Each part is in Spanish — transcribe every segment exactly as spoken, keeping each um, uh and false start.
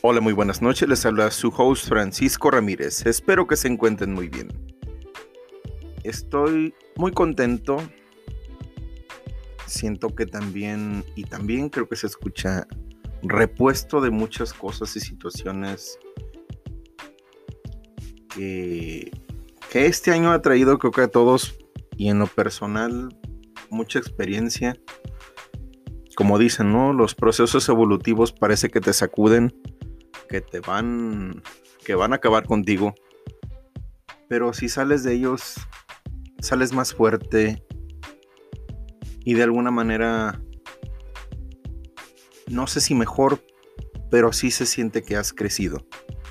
Hola, muy buenas noches, les habla su host Francisco Ramírez, espero que se encuentren muy bien. Estoy muy contento, siento que también, y también creo que se escucha repuesto de muchas cosas y situaciones que, que este año ha traído, creo que a todos, y en lo personal, mucha experiencia. Como dicen, ¿no? Los procesos evolutivos parece que te sacuden, que te van, que van a acabar contigo, pero si sales de ellos, sales más fuerte y de alguna manera, no sé si mejor, pero sí se siente que has crecido.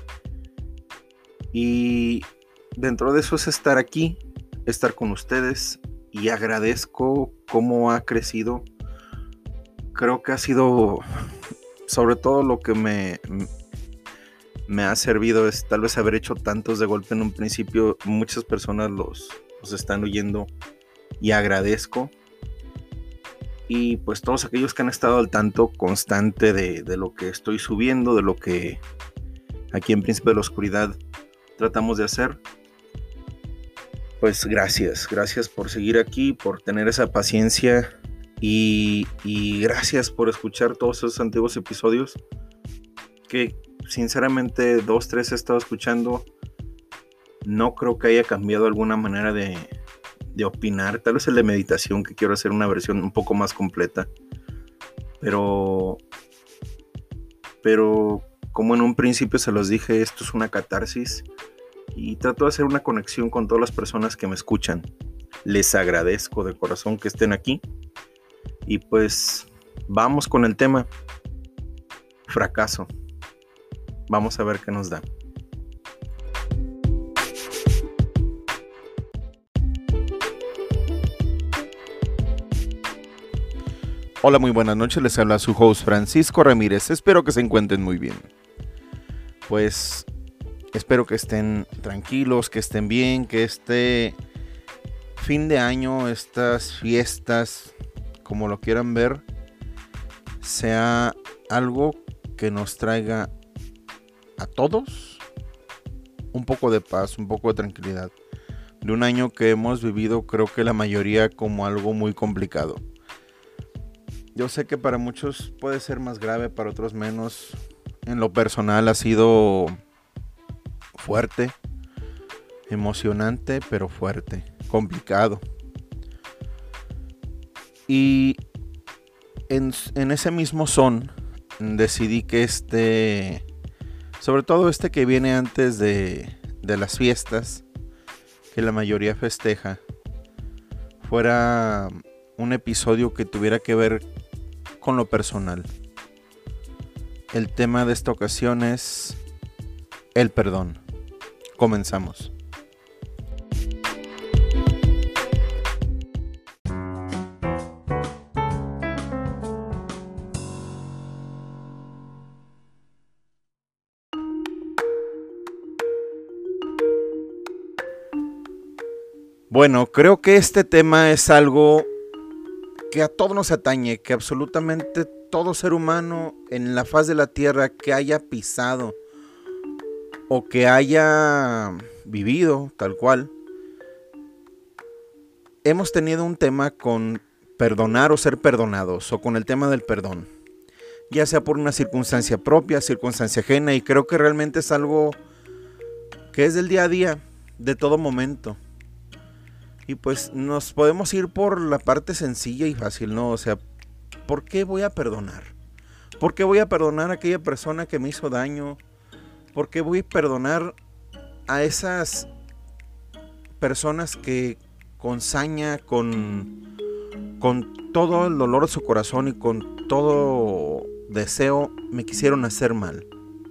Y dentro de eso es estar aquí, estar con ustedes, y agradezco cómo ha crecido. Creo que ha sido, sobre todo lo que me, me ha servido es tal vez haber hecho tantos de golpe en un principio. Muchas personas los, los están oyendo y agradezco. Y pues todos aquellos que han estado al tanto constante de, de lo que estoy subiendo, de lo que aquí en Príncipe de la Oscuridad tratamos de hacer. Pues gracias, gracias por seguir aquí, por tener esa paciencia. Y, y gracias por escuchar todos esos antiguos episodios que sinceramente dos, tres he estado escuchando. No creo que haya cambiado alguna manera de, de opinar. Tal vez el de meditación, que quiero hacer una versión un poco más completa. Pero, pero como en un principio se los dije, esto es una catarsis. Y trato de hacer una conexión con todas las personas que me escuchan. Les agradezco de corazón que estén aquí. Y pues vamos con el tema. Fracaso. Vamos a ver qué nos da. Hola, muy buenas noches. Les habla su host Francisco Ramírez. Espero que se encuentren muy bien. Pues espero que estén tranquilos, que estén bien, que este fin de año, estas fiestas, como lo quieran ver, sea algo que nos traiga a todos un poco de paz, un poco de tranquilidad. De un año que hemos vivido, creo que la mayoría, como algo muy complicado. Yo sé que para muchos puede ser más grave, para otros menos. En lo personal ha sido fuerte, emocionante, pero fuerte, complicado. Y en, en ese mismo son decidí que este, sobre todo este que viene antes de, de las fiestas, que la mayoría festeja, fuera un episodio que tuviera que ver con lo personal. El tema de esta ocasión es el perdón. Comenzamos. Bueno, creo que este tema es algo que a todos nos atañe, que absolutamente todo ser humano en la faz de la tierra que haya pisado o que haya vivido tal cual, hemos tenido un tema con perdonar o ser perdonados, o con el tema del perdón, ya sea por una circunstancia propia, circunstancia ajena, y creo que realmente es algo que es del día a día, de todo momento. Y pues nos podemos ir por la parte sencilla y fácil, ¿no? O sea, ¿por qué voy a perdonar? ¿Por qué voy a perdonar a aquella persona que me hizo daño? ¿Por qué voy a perdonar a esas personas que con saña, con, con todo el dolor de su corazón y con todo deseo me quisieron hacer mal?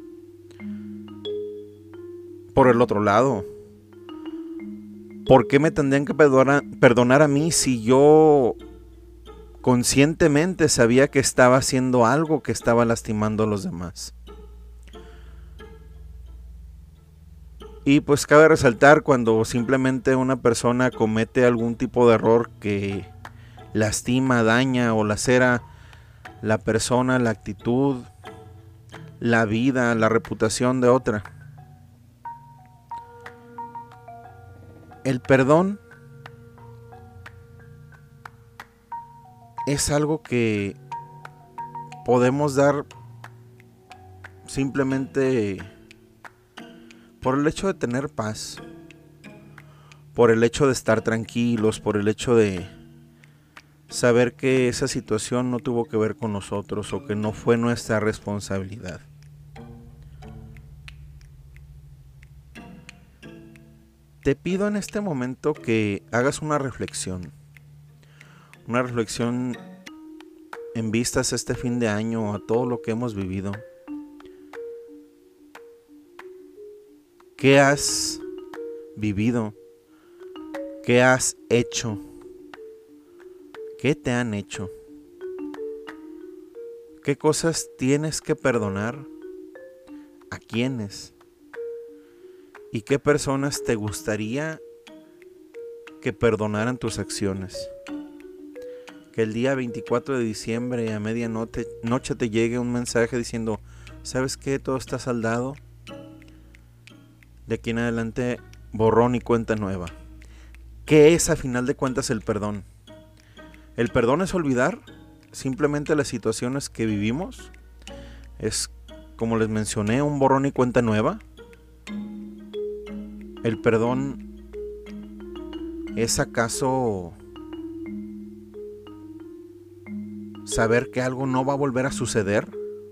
Por el otro lado, ¿por qué me tendrían que perdonar, perdonar a mí si yo conscientemente sabía que estaba haciendo algo que estaba lastimando a los demás? Y pues cabe resaltar cuando simplemente una persona comete algún tipo de error que lastima, daña o lacera la persona, la actitud, la vida, la reputación de otra. El perdón es algo que podemos dar simplemente por el hecho de tener paz, por el hecho de estar tranquilos, por el hecho de saber que esa situación no tuvo que ver con nosotros o que no fue nuestra responsabilidad. Te pido en este momento que hagas una reflexión, una reflexión en vistas a este fin de año, a todo lo que hemos vivido. ¿Qué has vivido? ¿Qué has hecho? ¿Qué te han hecho? ¿Qué cosas tienes que perdonar? ¿A quiénes? ¿Y qué personas te gustaría que perdonaran tus acciones? Que el día veinticuatro de diciembre a medianoche noche te llegue un mensaje diciendo: ¿sabes qué? Todo está saldado. De aquí en adelante, borrón y cuenta nueva. ¿Qué es a final de cuentas el perdón? El perdón es olvidar simplemente las situaciones que vivimos. Es, como les mencioné, un borrón y cuenta nueva. ¿El perdón es acaso saber que algo no va a volver a suceder?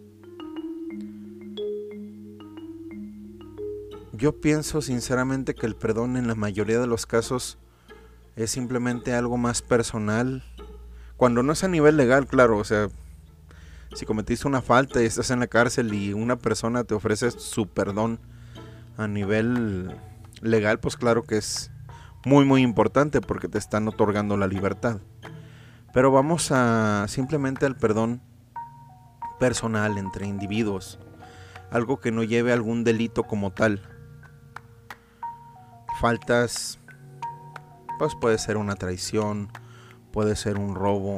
Yo pienso sinceramente que el perdón en la mayoría de los casos es simplemente algo más personal. Cuando no es a nivel legal, claro, o sea, si cometiste una falta y estás en la cárcel y una persona te ofrece su perdón a nivel legal, pues claro que es muy muy importante porque te están otorgando la libertad. Pero vamos a simplemente al perdón personal entre individuos, algo que no lleve a algún delito como tal. Faltas, pues puede ser una traición, puede ser un robo.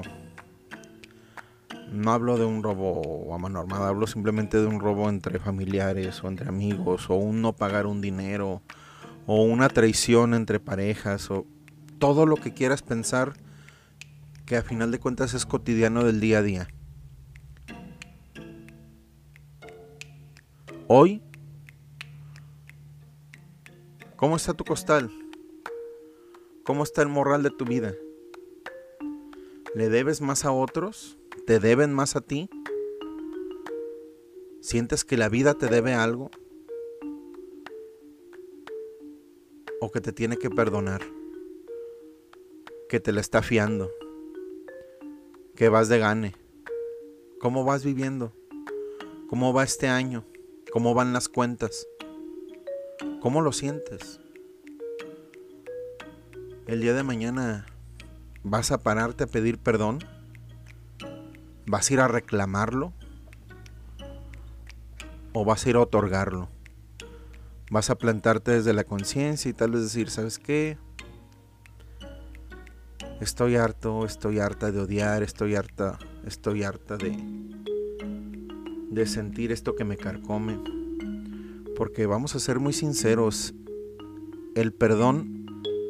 No hablo de un robo a mano armada, hablo simplemente de un robo entre familiares o entre amigos, o un no pagar un dinero, o una traición entre parejas, o todo lo que quieras pensar que a final de cuentas es cotidiano del día a día. Hoy, ¿cómo está tu costal? ¿Cómo está el morral de tu vida? ¿Le debes más a otros? ¿Te deben más a ti? ¿Sientes que la vida te debe algo? ¿O que te tiene que perdonar? ¿Que te la está fiando? ¿Que vas de gane? ¿Cómo vas viviendo? ¿Cómo va este año? ¿Cómo van las cuentas? ¿Cómo lo sientes? El día de mañana, ¿vas a pararte a pedir perdón? ¿Vas a ir a reclamarlo? ¿O vas a ir a otorgarlo? ¿Vas a plantarte desde la conciencia y tal vez decir: ¿sabes qué? Estoy harto, estoy harta de odiar, estoy harta, estoy harta de, de sentir esto que me carcome? Porque vamos a ser muy sinceros, el perdón,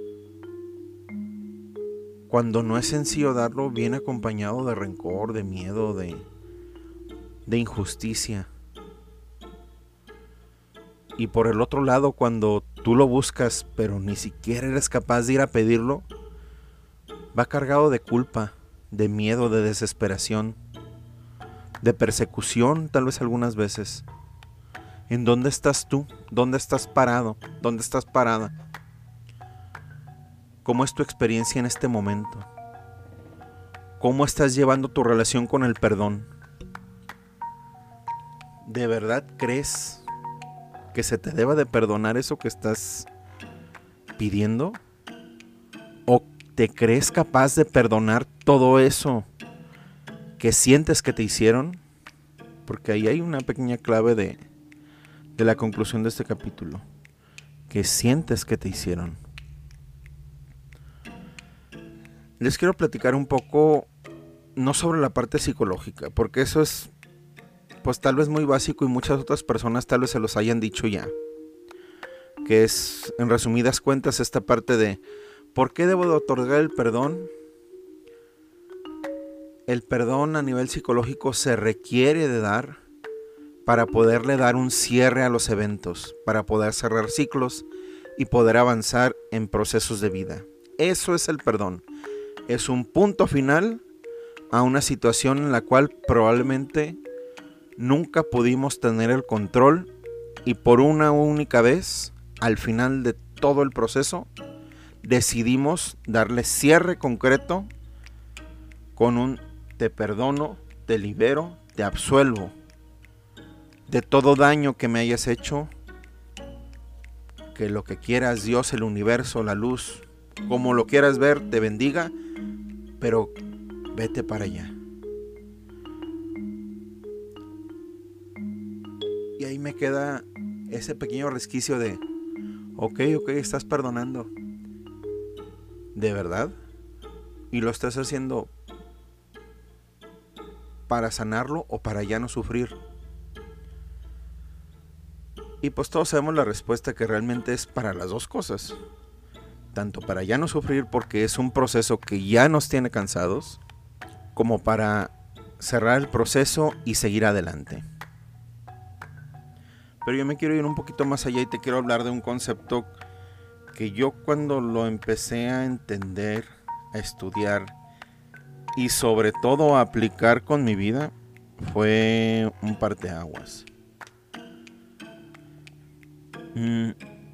cuando no es sencillo darlo, viene acompañado de rencor, de miedo, de, de injusticia. Y por el otro lado, cuando tú lo buscas, pero ni siquiera eres capaz de ir a pedirlo, va cargado de culpa, de miedo, de desesperación, de persecución, tal vez algunas veces. ¿En dónde estás tú? ¿Dónde estás parado? ¿Dónde estás parada? ¿Cómo es tu experiencia en este momento? ¿Cómo estás llevando tu relación con el perdón? ¿De verdad crees que se te deba de perdonar eso que estás pidiendo? ¿O te crees capaz de perdonar todo eso que sientes que te hicieron? Porque ahí hay una pequeña clave de, de la conclusión de este capítulo. Que sientes que te hicieron. Les quiero platicar un poco, no sobre la parte psicológica, porque eso es pues tal vez muy básico y muchas otras personas tal vez se los hayan dicho ya. Que es, en resumidas cuentas, esta parte de ¿por qué debo de otorgar el perdón? El perdón a nivel psicológico se requiere de dar para poderle dar un cierre a los eventos, para poder cerrar ciclos y poder avanzar en procesos de vida. Eso es el perdón. Es un punto final a una situación en la cual probablemente nunca pudimos tener el control y por una única vez, al final de todo el proceso, decidimos darle cierre concreto con un te perdono, te libero, te absuelvo de todo daño que me hayas hecho, que lo que quieras, Dios, el universo, la luz, como lo quieras ver, te bendiga, pero vete para allá. Y ahí me queda ese pequeño resquicio de, ok, ok, estás perdonando, ¿de verdad? Y lo estás haciendo para sanarlo o para ya no sufrir. Y pues todos sabemos la respuesta, que realmente es para las dos cosas. Tanto para ya no sufrir porque es un proceso que ya nos tiene cansados, como para cerrar el proceso y seguir adelante. Pero yo me quiero ir un poquito más allá y te quiero hablar de un concepto que yo cuando lo empecé a entender, a estudiar y sobre todo a aplicar con mi vida, fue un parteaguas. Mm.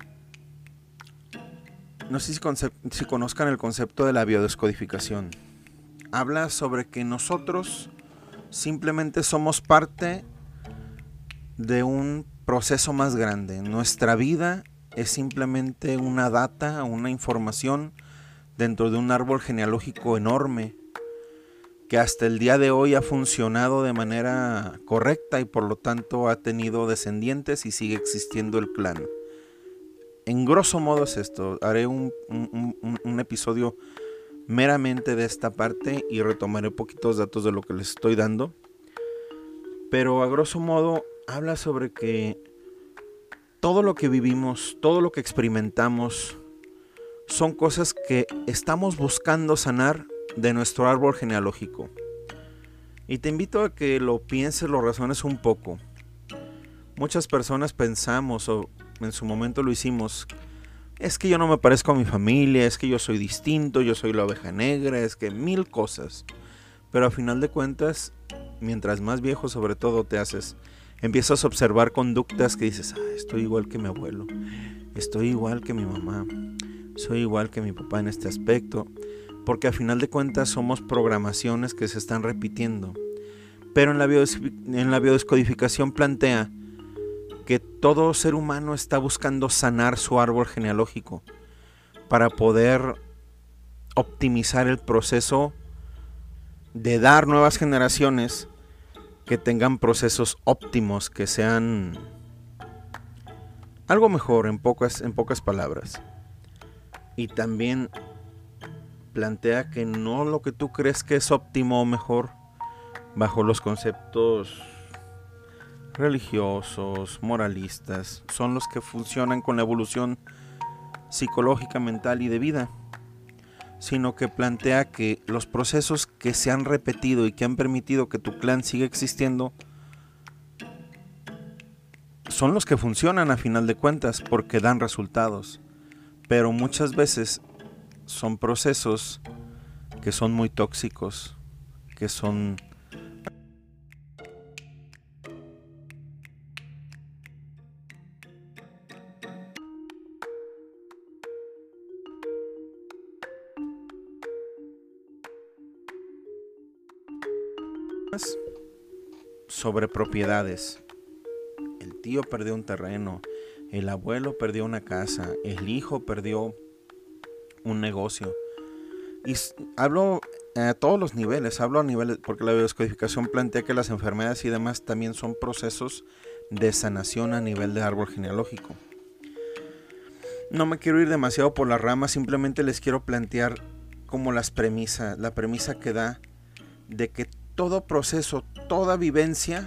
No sé si, concep- si conozcan el concepto de la biodescodificación. Habla sobre que nosotros simplemente somos parte de un proceso más grande. Nuestra vida es simplemente una data, una información dentro de un árbol genealógico enorme que hasta el día de hoy ha funcionado de manera correcta y por lo tanto ha tenido descendientes y sigue existiendo el clan. En grosso modo es esto. Haré un, un, un, un episodio meramente de esta parte y retomaré poquitos datos de lo que les estoy dando. Pero a grosso modo habla sobre que todo lo que vivimos, todo lo que experimentamos, son cosas que estamos buscando sanar de nuestro árbol genealógico. Y te invito a que lo pienses, lo razones un poco. Muchas personas pensamos, o en su momento lo hicimos, es que yo no me parezco a mi familia, es que yo soy distinto, yo soy la oveja negra, es que mil cosas. Pero a final de cuentas, mientras más viejo sobre todo te haces, empiezas a observar conductas que dices, ah, estoy igual que mi abuelo, estoy igual que mi mamá, soy igual que mi papá en este aspecto. Porque a final de cuentas somos programaciones que se están repitiendo. Pero en la, biodes- en la biodescodificación plantea que todo ser humano está buscando sanar su árbol genealógico para poder optimizar el proceso de dar nuevas generaciones que tengan procesos óptimos, que sean algo mejor, en pocas, en pocas palabras. Y también plantea que no lo que tú crees que es óptimo o mejor bajo los conceptos religiosos, moralistas, son los que funcionan con la evolución psicológica, mental y de vida, sino que plantea que los procesos que se han repetido y que han permitido que tu clan siga existiendo son los que funcionan a final de cuentas porque dan resultados, pero muchas veces son procesos que son muy tóxicos, que son sobre propiedades. El tío perdió un terreno, el abuelo perdió una casa, el hijo perdió un negocio. Y hablo a todos los niveles, hablo a niveles, porque la biodescodificación plantea que las enfermedades y demás también son procesos de sanación a nivel de árbol genealógico. No me quiero ir demasiado por las ramas, simplemente les quiero plantear como las premisas, la premisa que da de que todo proceso, toda vivencia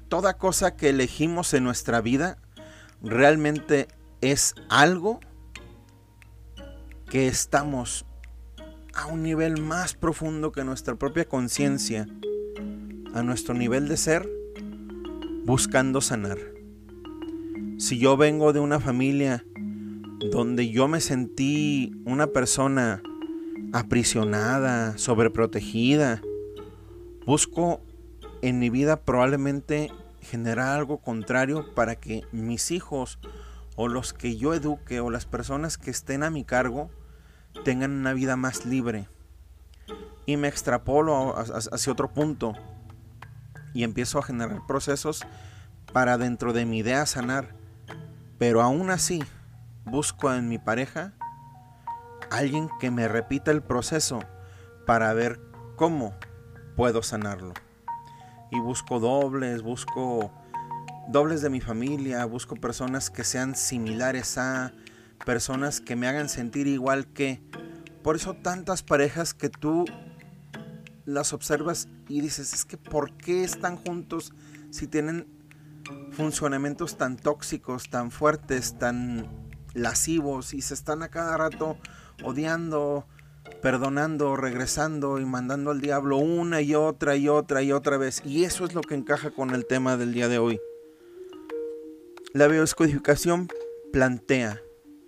toda cosa que elegimos en nuestra vida realmente es algo que estamos a un nivel más profundo que nuestra propia conciencia, a nuestro nivel de ser, buscando sanar. Si yo vengo de una familia donde yo me sentí una persona aprisionada, sobreprotegida, busco en mi vida probablemente generar algo contrario para que mis hijos o los que yo eduque o las personas que estén a mi cargo tengan una vida más libre. Y me extrapolo hacia otro punto y empiezo a generar procesos para dentro de mi idea sanar. Pero aún así busco en mi pareja alguien que me repita el proceso para ver cómo puedo sanarlo. Y busco dobles, busco dobles de mi familia, busco personas que sean similares a, personas que me hagan sentir igual que. Por eso tantas parejas que tú las observas y dices, es que ¿por qué están juntos si tienen funcionamientos tan tóxicos, tan fuertes, tan lascivos y se están a cada rato odiando, perdonando, regresando y mandando al diablo una y otra y otra y otra vez? Y eso es lo que encaja con el tema del día de hoy. La biodescodificación plantea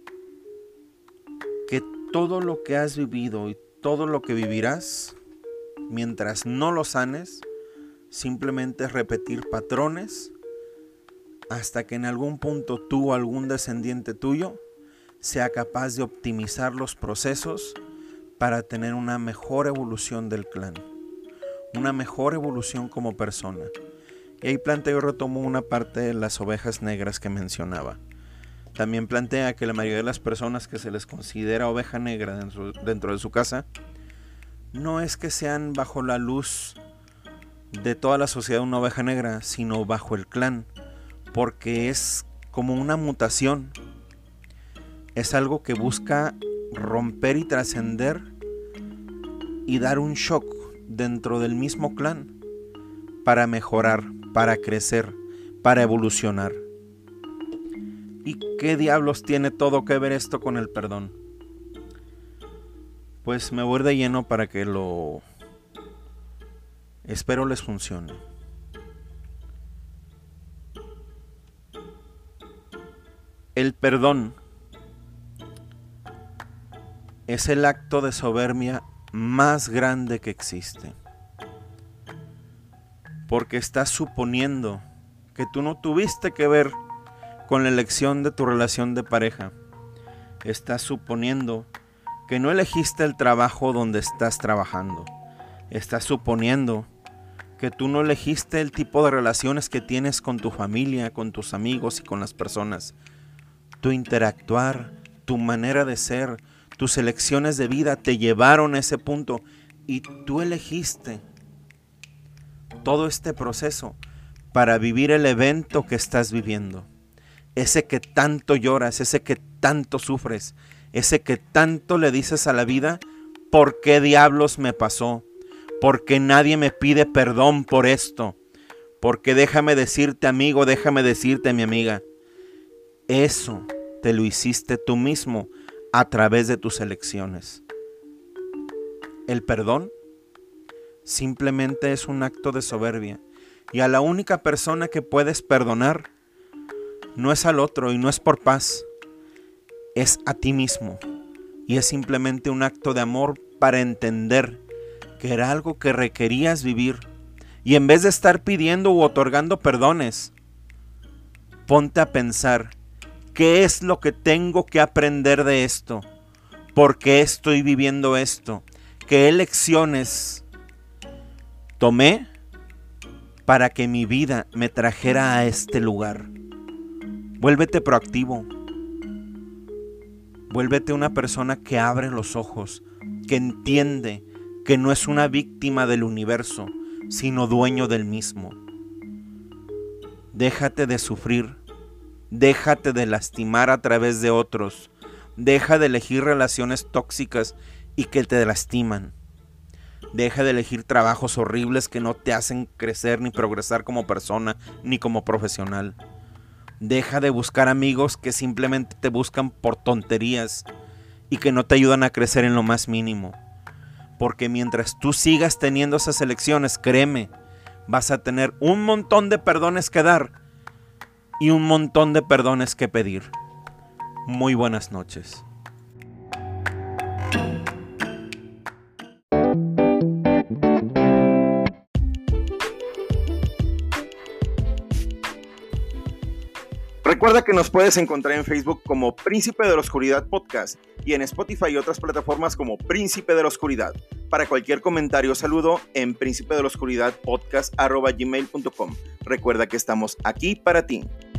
que todo lo que has vivido y todo lo que vivirás, mientras no lo sanes, simplemente es repetir patrones hasta que en algún punto tú o algún descendiente tuyo sea capaz de optimizar los procesos para tener una mejor evolución del clan, una mejor evolución como persona. Y ahí planteo y retomo una parte de las ovejas negras que mencionaba. También plantea que la mayoría de las personas que se les considera oveja negra dentro, dentro de su casa, no es que sean bajo la luz de toda la sociedad una oveja negra, sino bajo el clan, porque es como una mutación. Es algo que busca romper y trascender y dar un shock dentro del mismo clan para mejorar, para crecer, para evolucionar. ¿Y qué diablos tiene todo que ver esto con el perdón? Pues me voy de lleno para que lo... espero les funcione. El perdón es el acto de soberbia más grande que existe. Porque estás suponiendo que tú no tuviste que ver con la elección de tu relación de pareja. Estás suponiendo que no elegiste el trabajo donde estás trabajando. Estás suponiendo que tú no elegiste el tipo de relaciones que tienes con tu familia, con tus amigos y con las personas. Tu interactuar, tu manera de ser, tus elecciones de vida te llevaron a ese punto y tú elegiste todo este proceso para vivir el evento que estás viviendo. Ese que tanto lloras, ese que tanto sufres, ese que tanto le dices a la vida, ¿por qué diablos me pasó? ¿Por qué nadie me pide perdón por esto? Porque déjame decirte, amigo, déjame decirte, mi amiga, eso te lo hiciste tú mismo a través de tus elecciones. El perdón simplemente es un acto de soberbia. Y a la única persona que puedes perdonar no es al otro y no es por paz, es a ti mismo. Y es simplemente un acto de amor para entender que era algo que requerías vivir. Y en vez de estar pidiendo u otorgando perdones, ponte a pensar, ¿qué es lo que tengo que aprender de esto? ¿Por qué estoy viviendo esto? ¿Qué elecciones tomé para que mi vida me trajera a este lugar? Vuélvete proactivo. Vuélvete una persona que abre los ojos, que entiende que no es una víctima del universo, sino dueño del mismo. Déjate de sufrir, déjate de lastimar a través de otros, deja de elegir relaciones tóxicas y que te lastiman. Deja de elegir trabajos horribles que no te hacen crecer ni progresar como persona ni como profesional. Deja de buscar amigos que simplemente te buscan por tonterías y que no te ayudan a crecer en lo más mínimo. Porque mientras tú sigas teniendo esas elecciones, créeme, vas a tener un montón de perdones que dar y un montón de perdones que pedir. Muy buenas noches. Recuerda que nos puedes encontrar en Facebook como Príncipe de la Oscuridad Podcast y en Spotify y otras plataformas como Príncipe de la Oscuridad. Para cualquier comentario o saludo en príncipe de la oscuridad podcast arroba gmail punto com. Recuerda que estamos aquí para ti.